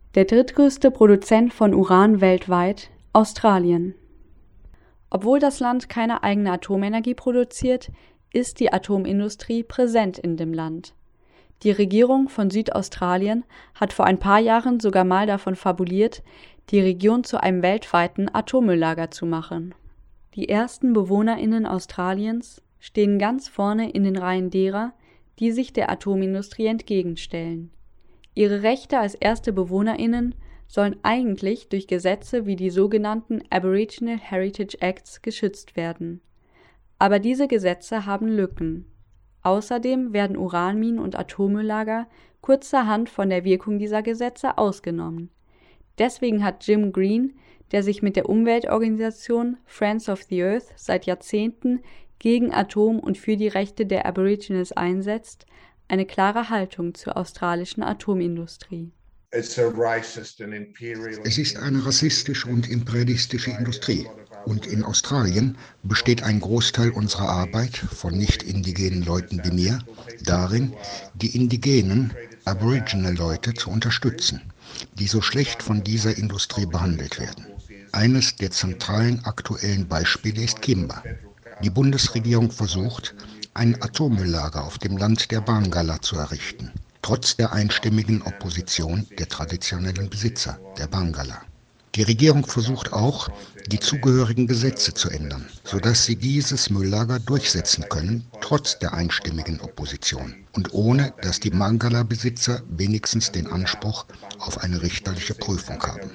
Der drittgrößte Produzent von Uran weltweit, Australien. Obwohl das Land keine eigene Atomenergie produziert, ist die Atomindustrie präsent in dem Land. Die Regierung von Südaustralien hat vor ein paar Jahren sogar mal davon fabuliert, die Region zu einem weltweiten Atommülllager zu machen. Die ersten BewohnerInnen Australiens stehen ganz vorne in den Reihen derer, die sich der Atomindustrie entgegenstellen. Ihre Rechte als erste BewohnerInnen sollen eigentlich durch Gesetze wie die sogenannten Aboriginal Heritage Acts geschützt werden. Aber diese Gesetze haben Lücken. Außerdem werden Uranminen und Atommülllager kurzerhand von der Wirkung dieser Gesetze ausgenommen. Deswegen hat Jim Green, der sich mit der Umweltorganisation Friends of the Earth seit Jahrzehnten gegen Atom- und für die Rechte der Aborigines einsetzt, eine klare Haltung zur australischen Atomindustrie. Es ist eine rassistische und imperialistische Industrie. Und in Australien besteht ein Großteil unserer Arbeit von nicht-indigenen Leuten wie mir darin, die indigenen Aboriginal-Leute zu unterstützen, die so schlecht von dieser Industrie behandelt werden. Eines der zentralen aktuellen Beispiele ist Kimba. Die Bundesregierung versucht, ein Atommülllager auf dem Land der Barngarla zu errichten, trotz der einstimmigen Opposition der traditionellen Besitzer, der Barngarla. Die Regierung versucht auch, die zugehörigen Gesetze zu ändern, sodass sie dieses Mülllager durchsetzen können, trotz der einstimmigen Opposition und ohne, dass die Barngarla-Besitzer wenigstens den Anspruch auf eine richterliche Prüfung haben.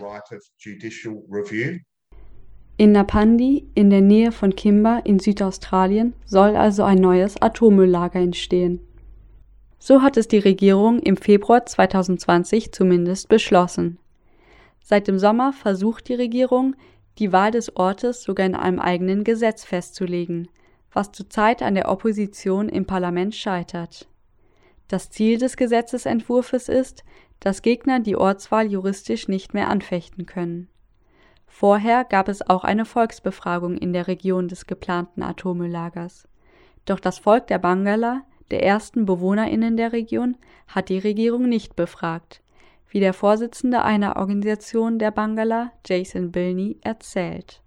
In Napandi, in der Nähe von Kimba in Südaustralien, soll also ein neues Atommülllager entstehen. So hat es die Regierung im Februar 2020 zumindest beschlossen. Seit dem Sommer versucht die Regierung, die Wahl des Ortes sogar in einem eigenen Gesetz festzulegen, was zurzeit an der Opposition im Parlament scheitert. Das Ziel des Gesetzesentwurfs ist, dass Gegner die Ortswahl juristisch nicht mehr anfechten können. Vorher gab es auch eine Volksbefragung in der Region des geplanten Atommülllagers. Doch das Volk der Barngarla, der ersten BewohnerInnen der Region, hat die Regierung nicht befragt, wie der Vorsitzende einer Organisation der Barngarla, Jason Bilney, erzählt.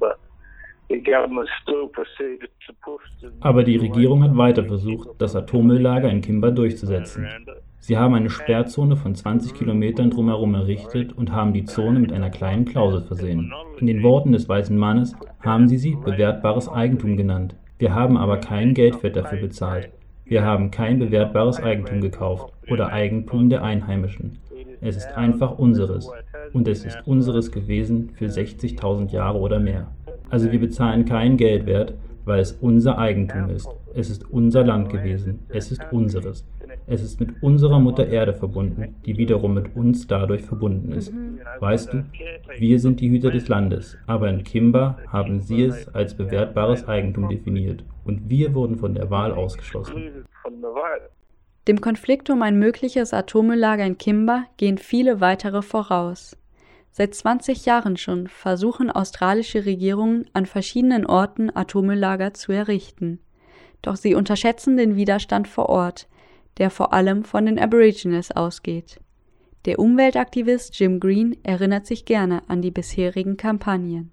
Aber die Regierung hat weiter versucht, das Atommülllager in Kimba durchzusetzen. Sie haben eine Sperrzone von 20 Kilometern drumherum errichtet und haben die Zone mit einer kleinen Klausel versehen. In den Worten des weißen Mannes haben sie bewertbares Eigentum genannt. Wir haben aber kein Geld dafür bezahlt. Wir haben kein bewertbares Eigentum gekauft oder Eigentum der Einheimischen. Es ist einfach unseres. Und es ist unseres gewesen für 60.000 Jahre oder mehr. Also wir bezahlen keinen Geldwert, weil es unser Eigentum ist. Es ist unser Land gewesen. Es ist unseres. Es ist mit unserer Mutter Erde verbunden, die wiederum mit uns dadurch verbunden ist. Weißt du, wir sind die Hüter des Landes, aber in Kimba haben sie es als bewertbares Eigentum definiert und wir wurden von der Wahl ausgeschlossen. Dem Konflikt um ein mögliches Atommülllager in Kimba gehen viele weitere voraus. Seit 20 Jahren schon versuchen australische Regierungen an verschiedenen Orten Atommülllager zu errichten. Doch sie unterschätzen den Widerstand vor Ort, der vor allem von den Aborigines ausgeht. Der Umweltaktivist Jim Green erinnert sich gerne an die bisherigen Kampagnen.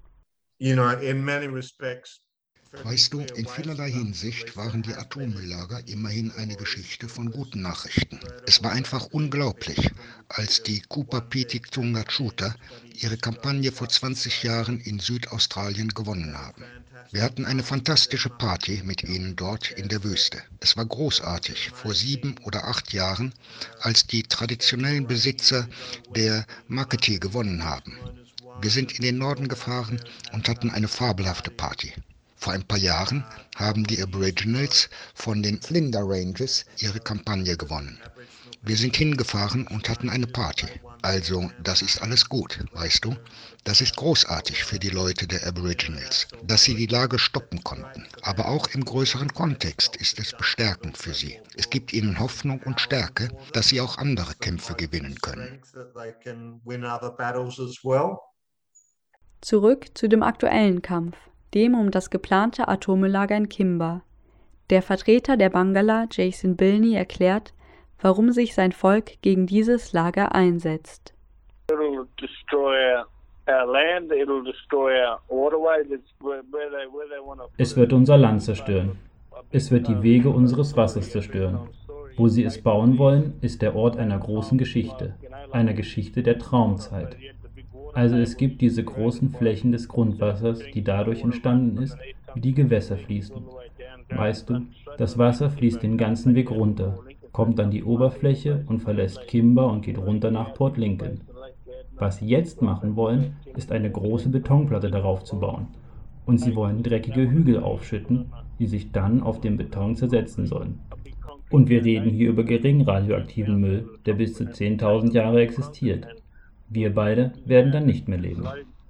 Weißt du, in vielerlei Hinsicht waren die Atommülllager immerhin eine Geschichte von guten Nachrichten. Es war einfach unglaublich, als die Kupa Pitik Tunga-Chuta ihre Kampagne vor 20 Jahren in Südaustralien gewonnen haben. Wir hatten eine fantastische Party mit ihnen dort in der Wüste. Es war großartig, vor 7 oder 8 Jahren, als die traditionellen Besitzer der Makati gewonnen haben. Wir sind in den Norden gefahren und hatten eine fabelhafte Party. Vor ein paar Jahren haben die Aboriginals von den Flinders Ranges ihre Kampagne gewonnen. Wir sind hingefahren und hatten eine Party. Also, das ist alles gut, weißt du? Das ist großartig für die Leute der Aboriginals, dass sie die Lage stoppen konnten. Aber auch im größeren Kontext ist es bestärkend für sie. Es gibt ihnen Hoffnung und Stärke, dass sie auch andere Kämpfe gewinnen können. Zurück zu dem aktuellen Kampf, dem um das geplante Atommülllager in Kimba. Der Vertreter der Barngarla, Jason Bilney, erklärt, warum sich sein Volk gegen dieses Lager einsetzt. Es wird unser Land zerstören. Es wird die Wege unseres Wassers zerstören. Wo sie es bauen wollen, ist der Ort einer großen Geschichte, einer Geschichte der Traumzeit. Also es gibt diese großen Flächen des Grundwassers, die dadurch entstanden ist, wie die Gewässer fließen. Weißt du, das Wasser fließt den ganzen Weg runter, kommt an die Oberfläche und verlässt Kimba und geht runter nach Port Lincoln. Was sie jetzt machen wollen, ist eine große Betonplatte darauf zu bauen. Und sie wollen dreckige Hügel aufschütten, die sich dann auf dem Beton zersetzen sollen. Und wir reden hier über gering radioaktiven Müll, der bis zu 10.000 Jahre existiert. Wir beide werden dann nicht mehr leben.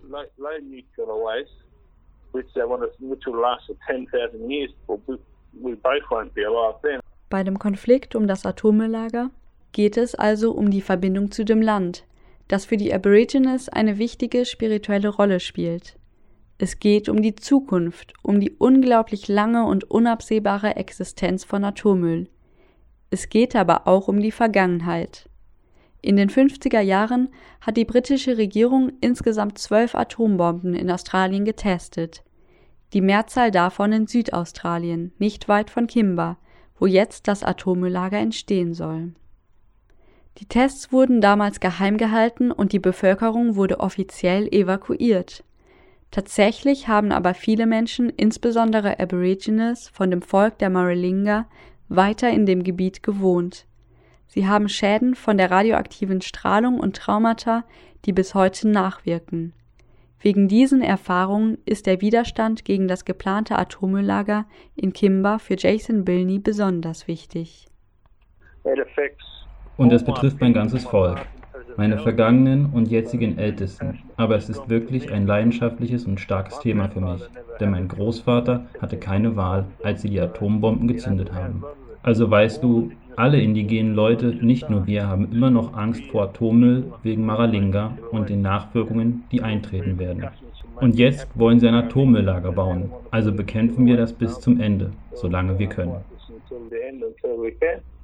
Bei dem Konflikt um das Atommülllager geht es also um die Verbindung zu dem Land, das für die Aborigines eine wichtige spirituelle Rolle spielt. Es geht um die Zukunft, um die unglaublich lange und unabsehbare Existenz von Atommüll. Es geht aber auch um die Vergangenheit. In den 50er Jahren hat die britische Regierung insgesamt 12 Atombomben in Australien getestet. Die Mehrzahl davon in Südaustralien, nicht weit von Kimba, wo jetzt das Atommülllager entstehen soll. Die Tests wurden damals geheim gehalten und die Bevölkerung wurde offiziell evakuiert. Tatsächlich haben aber viele Menschen, insbesondere Aborigines von dem Volk der Maralinga, weiter in dem Gebiet gewohnt. Sie haben Schäden von der radioaktiven Strahlung und Traumata, die bis heute nachwirken. Wegen diesen Erfahrungen ist der Widerstand gegen das geplante Atommülllager in Kimba für Jason Bilney besonders wichtig. Und es betrifft mein ganzes Volk, meine vergangenen und jetzigen Ältesten. Aber es ist wirklich ein leidenschaftliches und starkes Thema für mich, denn mein Großvater hatte keine Wahl, als sie die Atombomben gezündet haben. Also weißt du, alle indigenen Leute, nicht nur wir, haben immer noch Angst vor Atommüll wegen Maralinga und den Nachwirkungen, die eintreten werden. Und jetzt wollen sie ein Atommülllager bauen, also bekämpfen wir das bis zum Ende, solange wir können.